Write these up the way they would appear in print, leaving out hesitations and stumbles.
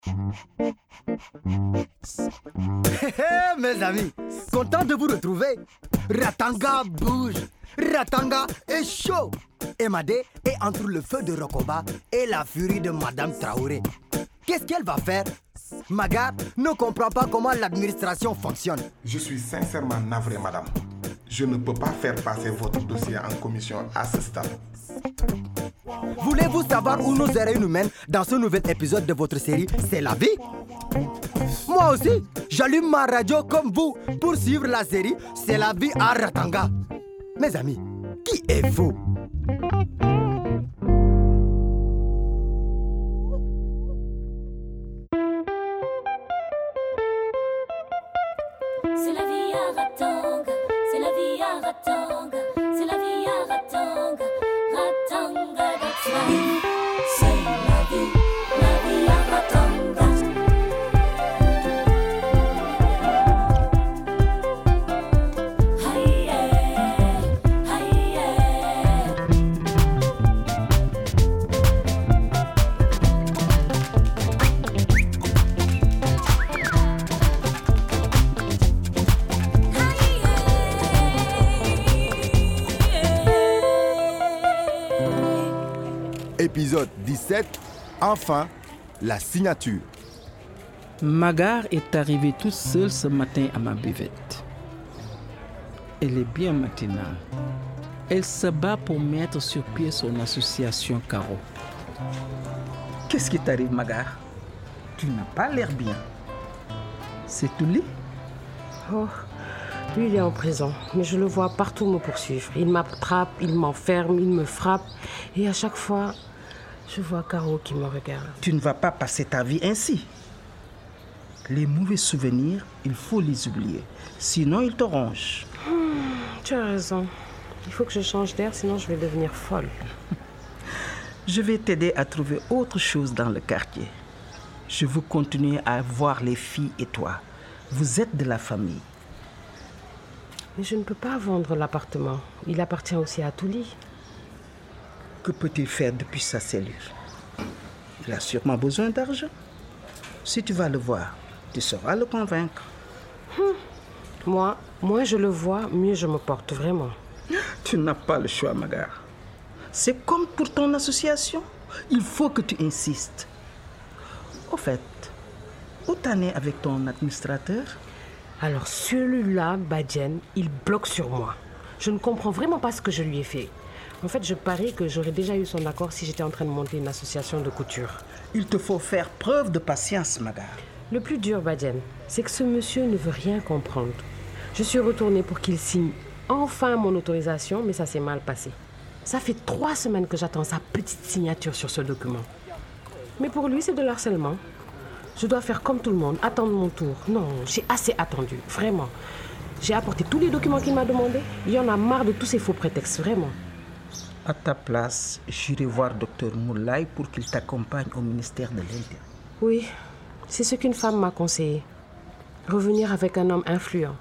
Mes amis, content de vous retrouver. Ratanga bouge, Ratanga est chaud. Emadé est entre le feu de Rokoba et la furie de Madame Traoré. Qu'est-ce qu'elle va faire? Magar ne comprend pas comment l'administration fonctionne. Je suis sincèrement navré, madame. Je ne peux pas faire passer votre dossier en commission à ce stade. Voulez-vous savoir où nos erreurs nous mènent dans ce nouvel épisode de votre série C'est la vie? Moi aussi, j'allume ma radio comme vous pour suivre la série C'est la vie à Ratanga. Mes amis, qui êtes-vous? C'est la vie à Ratanga, c'est la vie à Ratanga, c'est la vie à Ratanga, Ratanga, that's life. C'est la vie à Ratanga. Aïe, aïe, Épisode 17, enfin, la signature. Magar est arrivée toute seule ce matin à ma buvette. Elle est bien matinale. Elle se bat pour mettre sur pied son association Caro. Qu'est-ce qui t'arrive, Magar? Tu n'as pas l'air bien. C'est Touli? Oh, lui il est en prison, mais je le vois partout me poursuivre. Il m'attrape, il m'enferme, il me frappe. Et à chaque fois, je vois Caro qui me regarde. Tu ne vas pas passer ta vie ainsi. Les mauvais souvenirs, il faut les oublier. Sinon, ils te rongent. Tu as raison. Il faut que je change d'air, sinon je vais devenir folle. Je vais t'aider à trouver autre chose dans le quartier. Je veux continuer à voir les filles et toi. Vous êtes de la famille. Mais je ne peux pas vendre l'appartement. Il appartient aussi à Touli. Que peut-il faire depuis sa cellule? Il a sûrement besoin d'argent. Si tu vas le voir, tu sauras le convaincre. Moi, je le vois, mieux je me porte vraiment. Tu n'as pas le choix, Magar. C'est comme pour ton association. Il faut que tu insistes. Au fait, où t'en es avec ton administrateur? Alors celui-là, Badjen, il bloque sur moi. Je ne comprends vraiment pas ce que je lui ai fait. En fait, je parie que j'aurais déjà eu son accord si j'étais en train de monter une association de couture. Il te faut faire preuve de patience, Magar. Le plus dur, Badjen, c'est que ce monsieur ne veut rien comprendre. Je suis retournée pour qu'il signe enfin mon autorisation, mais ça s'est mal passé. Ça fait 3 semaines que j'attends sa petite signature sur ce document. Mais pour lui, c'est de l'harcèlement. Je dois faire comme tout le monde, attendre mon tour. Non, j'ai assez attendu, vraiment. J'ai apporté tous les documents qu'il m'a demandé. Il y en a marre de tous ces faux prétextes, vraiment. À ta place, j'irai voir Dr Moulay pour qu'il t'accompagne au ministère de l'Intérieur. Oui, c'est ce qu'une femme m'a conseillé. Revenir avec un homme influent.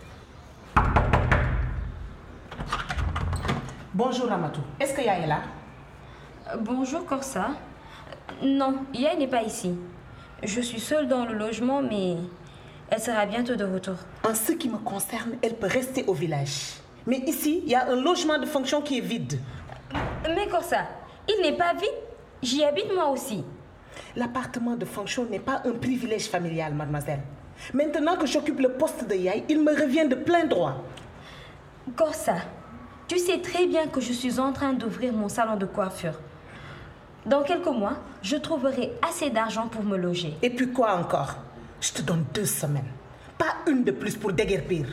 Bonjour Ramatou. Est-ce que Yaya est là? Bonjour Corsa. Non, Yaya n'est pas ici. Je suis seule dans le logement, mais elle sera bientôt de retour. En ce qui me concerne, elle peut rester au village. Mais ici, il y a un logement de fonction qui est vide. Mais Corsa, il n'est pas vide. J'y habite moi aussi. L'appartement de fonction n'est pas un privilège familial, mademoiselle. Maintenant que j'occupe le poste de Yaye, il me revient de plein droit. Corsa, tu sais très bien que je suis en train d'ouvrir mon salon de coiffure. Dans quelques mois, je trouverai assez d'argent pour me loger. Et puis quoi encore? Je te donne 2 semaines. Pas une de plus pour déguerpir.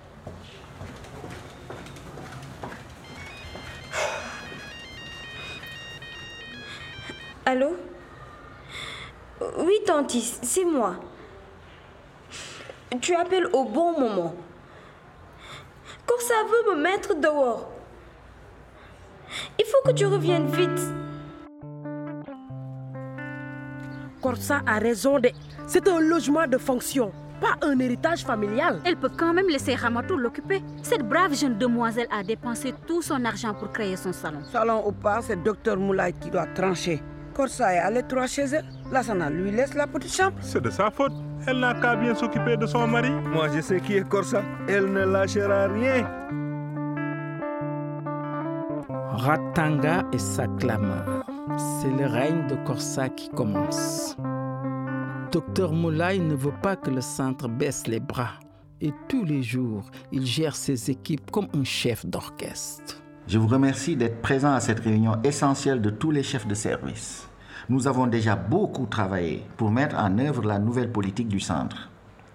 Allô? Oui, Tanti, c'est moi. Tu appelles au bon moment. Corsa veut me mettre dehors. Il faut que tu reviennes vite. Corsa a raison. C'est un logement de fonction, pas un héritage familial. Elle peut quand même laisser Ramatou l'occuper. Cette brave jeune demoiselle a dépensé tout son argent pour créer son salon. Salon ou pas, c'est Dr Moulay qui doit trancher. Corsa est à l'étroit chez elle. Lassana lui laisse la petite chambre. C'est de sa faute. Elle n'a qu'à bien s'occuper de son mari. Moi, je sais qui est Corsa. Elle ne lâchera rien. Ratanga et sa clameur. C'est le règne de Corsa qui commence. Docteur Moulay ne veut pas que le centre baisse les bras. Et tous les jours, il gère ses équipes comme un chef d'orchestre. Je vous remercie d'être présent à cette réunion essentielle de tous les chefs de service. Nous avons déjà beaucoup travaillé pour mettre en œuvre la nouvelle politique du centre.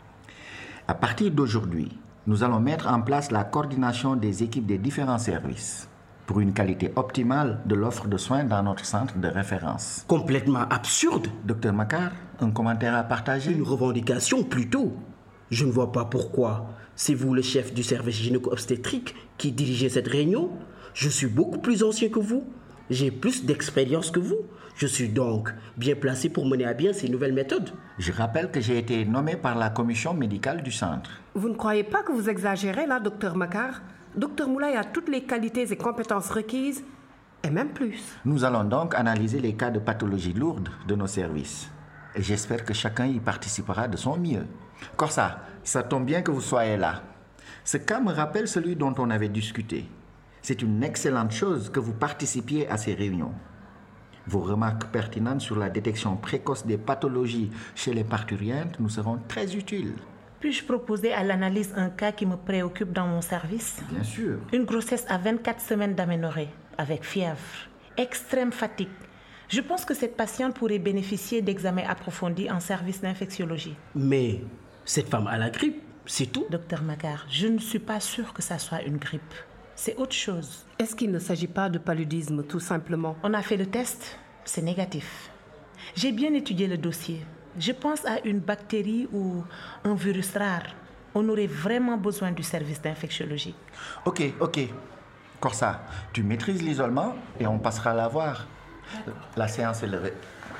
À partir d'aujourd'hui, nous allons mettre en place la coordination des équipes des différents services pour une qualité optimale de l'offre de soins dans notre centre de référence. Complètement absurde. Docteur Makar, un commentaire à partager? Une revendication plutôt. Je ne vois pas pourquoi. C'est vous le chef du service gynéco-obstétrique qui dirigez cette réunion. Je suis beaucoup plus ancien que vous. J'ai plus d'expérience que vous. Je suis donc bien placé pour mener à bien ces nouvelles méthodes. Je rappelle que j'ai été nommé par la commission médicale du centre. Vous ne croyez pas que vous exagérez là, docteur Makar? Docteur Moulay a toutes les qualités et compétences requises, et même plus. Nous allons donc analyser les cas de pathologie lourde de nos services. Et j'espère que chacun y participera de son mieux. Corsa, ça tombe bien que vous soyez là. Ce cas me rappelle celui dont on avait discuté. C'est une excellente chose que vous participiez à ces réunions. Vos remarques pertinentes sur la détection précoce des pathologies chez les parturientes nous seront très utiles. Puis-je proposer à l'analyse un cas qui me préoccupe dans mon service? Bien sûr. Une grossesse à 24 semaines d'aménorrhée, avec fièvre, extrême fatigue. Je pense que cette patiente pourrait bénéficier d'examens approfondis en service d'infectiologie. Mais cette femme a la grippe, c'est tout. Docteur Makar, je ne suis pas sûre que ça soit une grippe. C'est autre chose. Est-ce qu'il ne s'agit pas de paludisme, tout simplement? On a fait le test, c'est négatif. J'ai bien étudié le dossier. Je pense à une bactérie ou un virus rare. On aurait vraiment besoin du service d'infectiologie. Ok. Corsa, tu maîtrises l'isolement et on passera la voir. La séance est levée.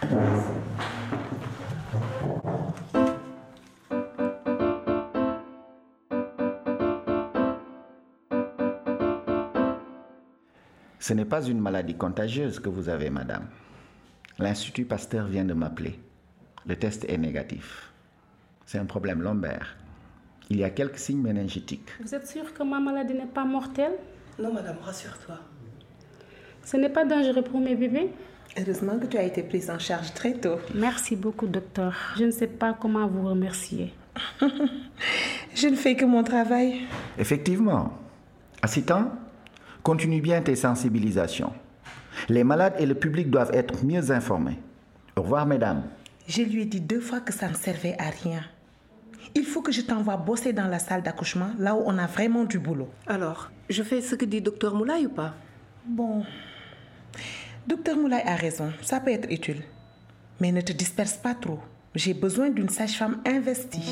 Ce n'est pas une maladie contagieuse que vous avez, madame. L'Institut Pasteur vient de m'appeler. Le test est négatif. C'est un problème lombaire. Il y a quelques signes méningitiques. Vous êtes sûre que ma maladie n'est pas mortelle? Non, madame, rassure-toi. Ce n'est pas dangereux pour mes bébés? Heureusement que tu as été prise en charge très tôt. Merci beaucoup, docteur. Je ne sais pas comment vous remercier. Je ne fais que mon travail. Effectivement. Assistant, continue bien tes sensibilisations. Les malades et le public doivent être mieux informés. Au revoir, mesdames. Je lui ai dit 2 fois que ça ne servait à rien. Il faut que je t'envoie bosser dans la salle d'accouchement, là où on a vraiment du boulot. Alors, je fais ce que dit docteur Moulay ou pas? Bon, docteur Moulay a raison, ça peut être utile. Mais ne te disperse pas trop. J'ai besoin d'une sage-femme investie.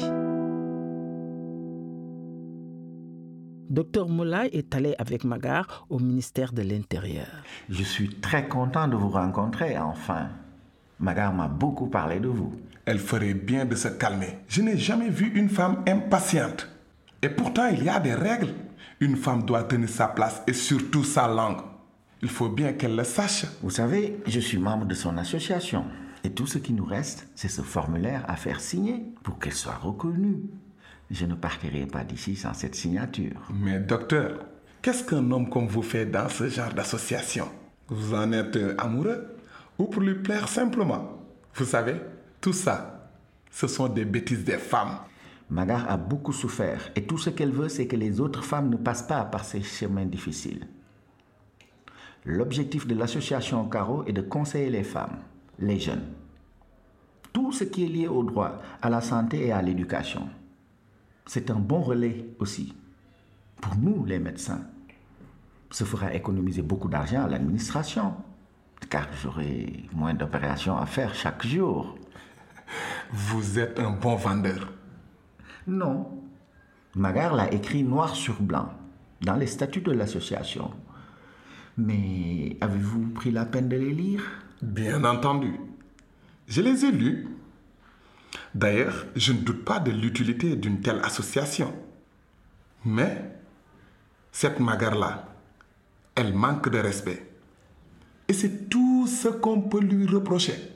Docteur Moulay est allé avec Magar au ministère de l'Intérieur. Je suis très content de vous rencontrer, enfin. Magar m'a beaucoup parlé de vous. Elle ferait bien de se calmer. Je n'ai jamais vu une femme impatiente. Et pourtant, il y a des règles. Une femme doit tenir sa place et surtout sa langue. Il faut bien qu'elle le sache. Vous savez, je suis membre de son association. Et tout ce qui nous reste, c'est ce formulaire à faire signer pour qu'elle soit reconnue. Je ne partirai pas d'ici sans cette signature. Mais docteur, qu'est-ce qu'un homme comme vous fait dans ce genre d'association? Vous en êtes amoureux? Ou pour lui plaire simplement? Vous savez, tout ça, ce sont des bêtises des femmes. Magar a beaucoup souffert et tout ce qu'elle veut, c'est que les autres femmes ne passent pas par ces chemins difficiles. L'objectif de l'association Caro est de conseiller les femmes, les jeunes. Tout ce qui est lié au droit, à la santé et à l'éducation. C'est un bon relais aussi. Pour nous, les médecins, ça fera économiser beaucoup d'argent à l'administration, car j'aurai moins d'opérations à faire chaque jour. Vous êtes un bon vendeur. Non. Magar l'a écrit noir sur blanc, dans les statuts de l'association. Mais avez-vous pris la peine de les lire? Bien entendu. Je les ai lus. D'ailleurs, je ne doute pas de l'utilité d'une telle association. Mais, cette Magar-là, elle manque de respect. Et c'est tout tout ce qu'on peut lui reprocher.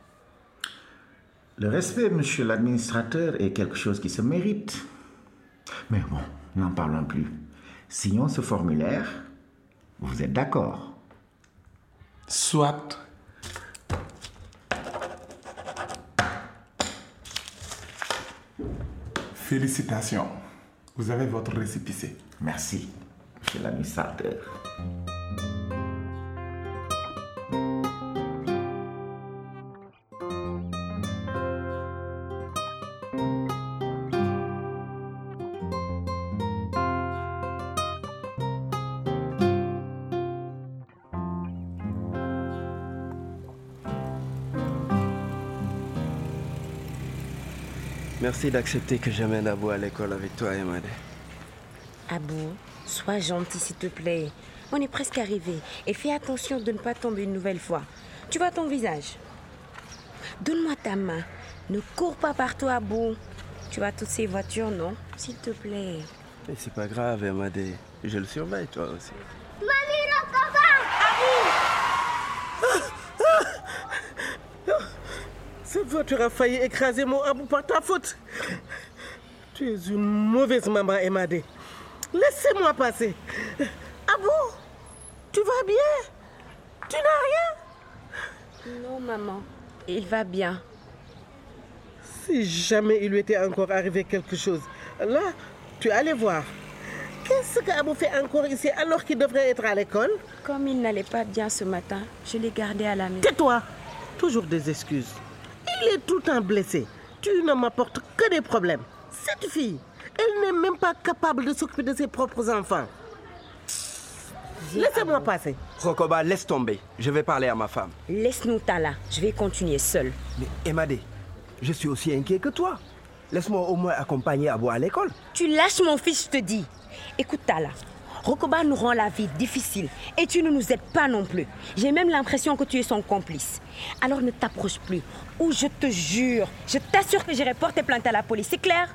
Le respect, monsieur l'administrateur, est quelque chose qui se mérite. Mais bon, n'en parlons plus. Signons ce formulaire. Vous êtes d'accord? Soit. Félicitations. Vous avez votre récépissé. Merci, monsieur l'administrateur. Merci d'accepter que j'amène Abou à l'école avec toi, Emadé. Abou, sois gentil s'il te plaît. On est presque arrivé. Et fais attention de ne pas tomber une nouvelle fois. Tu vois ton visage? Donne-moi ta main. Ne cours pas partout, Abou. Tu vois toutes ces voitures, non? S'il te plaît. Mais c'est pas grave, Emadé. Je le surveille, toi aussi. Mamie, Rokoba! Cette voiture a failli écraser mon Abou par ta faute. Tu es une mauvaise maman, Emadé. Laissez-moi passer. Abou, tu vas bien? Tu n'as rien? Non, maman. Il va bien. Si jamais il lui était encore arrivé quelque chose, là, tu allais voir. Qu'est-ce qu'Abou fait encore ici alors qu'il devrait être à l'école? Comme il n'allait pas bien ce matin, je l'ai gardé à la maison. Tais-toi! Toujours des excuses. Il est tout le temps blessé. Tu ne m'apportes que des problèmes. Cette fille, elle n'est même pas capable de s'occuper de ses propres enfants. Laissez-moi passer. Rokoba, laisse tomber. Je vais parler à ma femme. Laisse-nous, Tala. Je vais continuer seule. Mais Emadé, je suis aussi inquiet que toi. Laisse-moi au moins accompagner Abou à l'école. Tu lâches mon fils, je te dis. Écoute, Tala. Rokoba nous rend la vie difficile et tu ne nous aides pas non plus. J'ai même l'impression que tu es son complice. Alors ne t'approche plus ou je te jure, je t'assure que j'irai porter plainte à la police. C'est clair?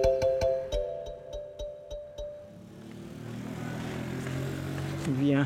Viens.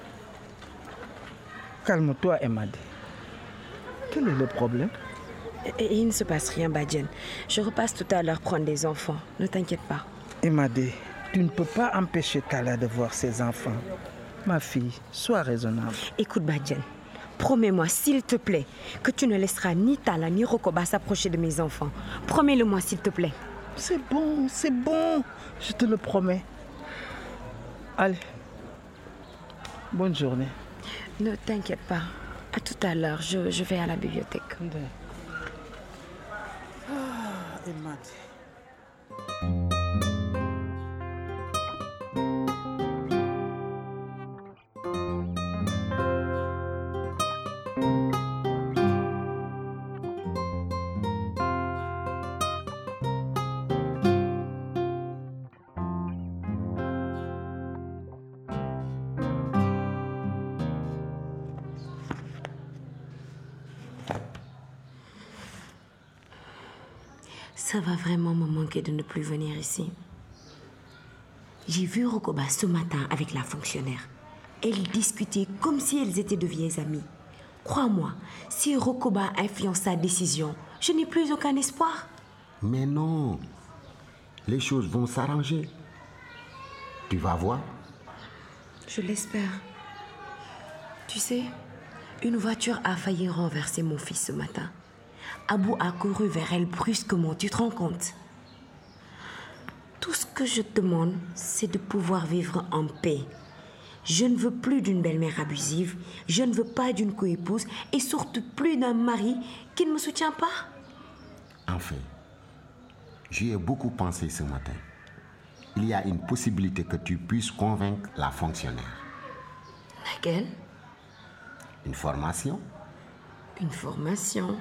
Calme-toi, Emadé. Quel est le problème? Il ne se passe rien, Badjen. Je repasse tout à l'heure prendre des enfants. Ne t'inquiète pas. Emadé, tu ne peux pas empêcher Tala de voir ses enfants. Ma fille, sois raisonnable. Écoute, Badjen, promets-moi, s'il te plaît, que tu ne laisseras ni Tala ni Rokoba s'approcher de mes enfants. Promets-le-moi, s'il te plaît. C'est bon, je te le promets. Allez, bonne journée. Ne t'inquiète pas. À tout à l'heure, je vais à la bibliothèque. Emadé. Ça va vraiment me manquer de ne plus venir ici. J'ai vu Rokoba ce matin avec la fonctionnaire. Elles discutaient comme si elles étaient de vieilles amies. Crois-moi, si Rokoba influence sa décision, je n'ai plus aucun espoir. Mais non, les choses vont s'arranger. Tu vas voir. Je l'espère. Tu sais, une voiture a failli renverser mon fils ce matin. Abou a couru vers elle brusquement, tu te rends compte? Tout ce que je te demande, c'est de pouvoir vivre en paix. Je ne veux plus d'une belle-mère abusive, je ne veux pas d'une coépouse et surtout plus d'un mari qui ne me soutient pas. Enfin, j'y ai beaucoup pensé ce matin. Il y a une possibilité que tu puisses convaincre la fonctionnaire. Laquelle? Une formation? Une formation?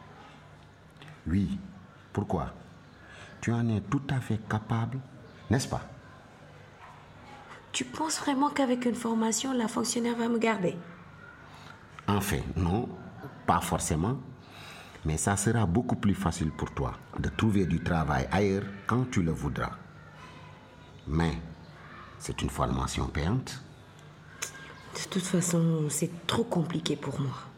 Oui. Pourquoi? Tu en es tout à fait capable, n'est-ce pas? Tu penses vraiment qu'avec une formation, la fonctionnaire va me garder? Enfin, non, pas forcément. Mais ça sera beaucoup plus facile pour toi de trouver du travail ailleurs quand tu le voudras. Mais c'est une formation payante. De toute façon, c'est trop compliqué pour moi.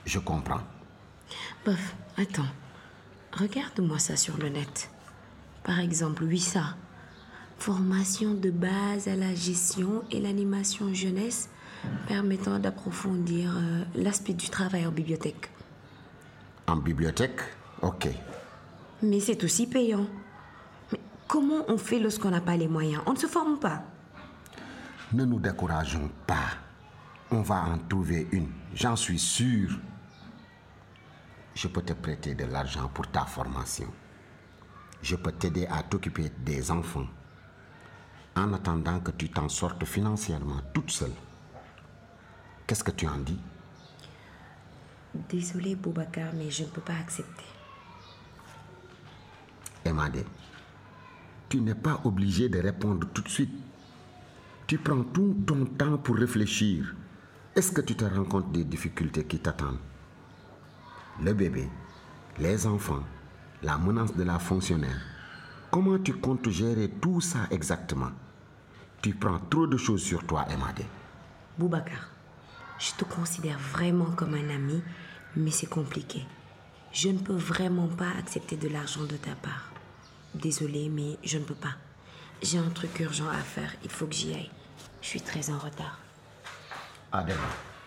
Je comprends. Bof, attends. Regarde-moi ça sur le net. Par exemple, WISA. Formation de base à la gestion et l'animation jeunesse permettant d'approfondir l'aspect du travail en bibliothèque. En bibliothèque? Ok. Mais c'est aussi payant. Mais comment on fait lorsqu'on n'a pas les moyens? On ne se forme pas. Ne nous décourageons pas. On va en trouver une, j'en suis sûr. Je peux te prêter de l'argent pour ta formation. Je peux t'aider à t'occuper des enfants en attendant que tu t'en sortes financièrement toute seule. Qu'est-ce que tu en dis? Désolée, Boubacar, mais je ne peux pas accepter. Emadé, tu n'es pas obligé de répondre tout de suite. Tu prends tout ton temps pour réfléchir. Est-ce que tu te rends compte des difficultés qui t'attendent? Le bébé, les enfants, la menace de la fonctionnaire. Comment tu comptes gérer tout ça exactement? Tu prends trop de choses sur toi, Emadé. Boubacar, je te considère vraiment comme un ami, mais c'est compliqué. Je ne peux vraiment pas accepter de l'argent de ta part. Désolée, mais je ne peux pas. J'ai un truc urgent à faire, il faut que j'y aille. Je suis très en retard. À demain.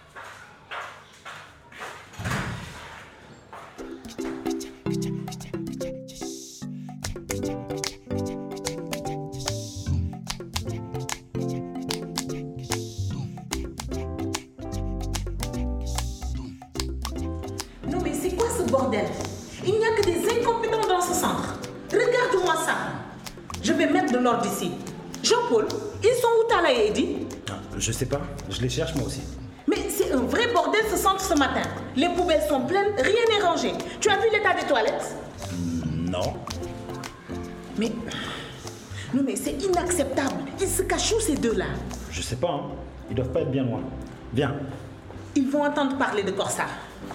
Non mais c'est quoi ce bordel? Il n'y a que des incompétents dans ce centre. Regarde-moi ça. Je vais mettre de l'ordre ici. Jean-Paul, ils sont où Tala et Eddy? Je sais pas, je les cherche moi aussi. Mais c'est un vrai bordel ce centre ce matin. Les poubelles sont pleines, rien n'est rangé. Tu as vu l'état des toilettes? Non. Mais... Non mais c'est inacceptable. Ils se cachent où ces deux-là? Je sais pas, hein. Ils doivent pas être bien loin. Viens. Ils vont entendre parler de Corsa.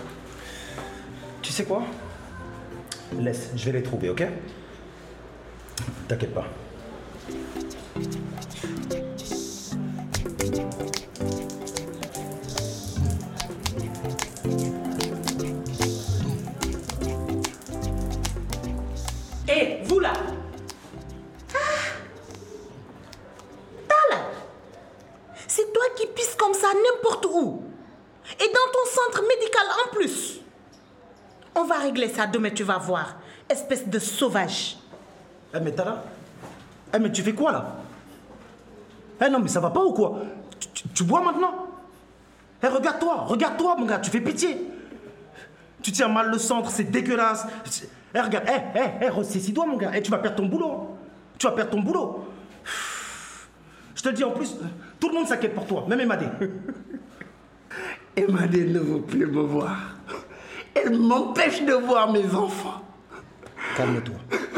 Tu sais quoi? Laisse, je vais les trouver, ok? T'inquiète pas. Hé, vous là! Tala! C'est toi qui pisses comme ça n'importe où. Et dans ton centre médical en plus. On va régler ça demain, tu vas voir. Espèce de sauvage. Eh mais Tala, mais tu fais quoi là? Non mais ça va pas ou quoi? Tu bois maintenant? Regarde-toi mon gars, tu fais pitié. Tu tiens mal le centre, c'est dégueulasse. Regarde, ressaisis-toi mon gars, tu vas perdre ton boulot. Je te le dis en plus, tout le monde s'inquiète pour toi, même Emadé. Emadé ne veut plus me voir. Elle m'empêche de voir mes enfants. Calme-toi.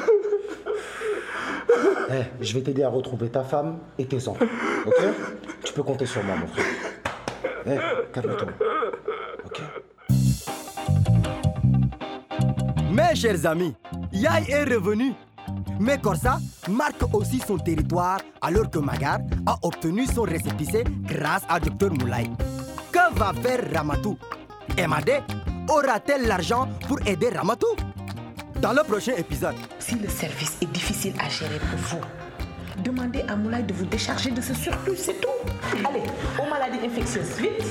Je vais t'aider à retrouver ta femme et tes enfants. Ok? Tu peux compter sur moi, mon frère. Calme-toi. Ok? Mes chers amis, Yaï est revenu. Mais Corsa marque aussi son territoire alors que Magar a obtenu son récépissé grâce à Dr Moulay. Que va faire Ramatou? Emadé aura-t-elle l'argent pour aider Ramatou? Dans le prochain épisode. Si le service est difficile à gérer pour vous, demandez à Moulay de vous décharger de ce surplus, c'est tout. Allez, aux maladies infectieuses, vite.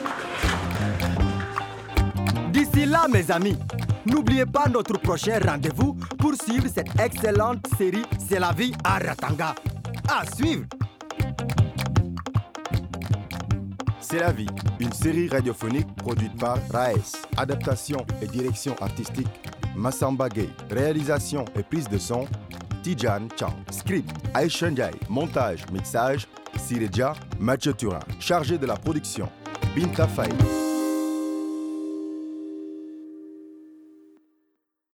D'ici là, mes amis, n'oubliez pas notre prochain rendez-vous pour suivre cette excellente série C'est la vie à Ratanga. À suivre. C'est la vie, une série radiophonique produite par Raes. Adaptation et direction artistique, Massamba Gay. Réalisation et prise de son, Tijan Chang. Script, Aïcha Ndiaye. Montage, mixage, Sireja Mathieu Turin. Chargé de la production, Binta Faye.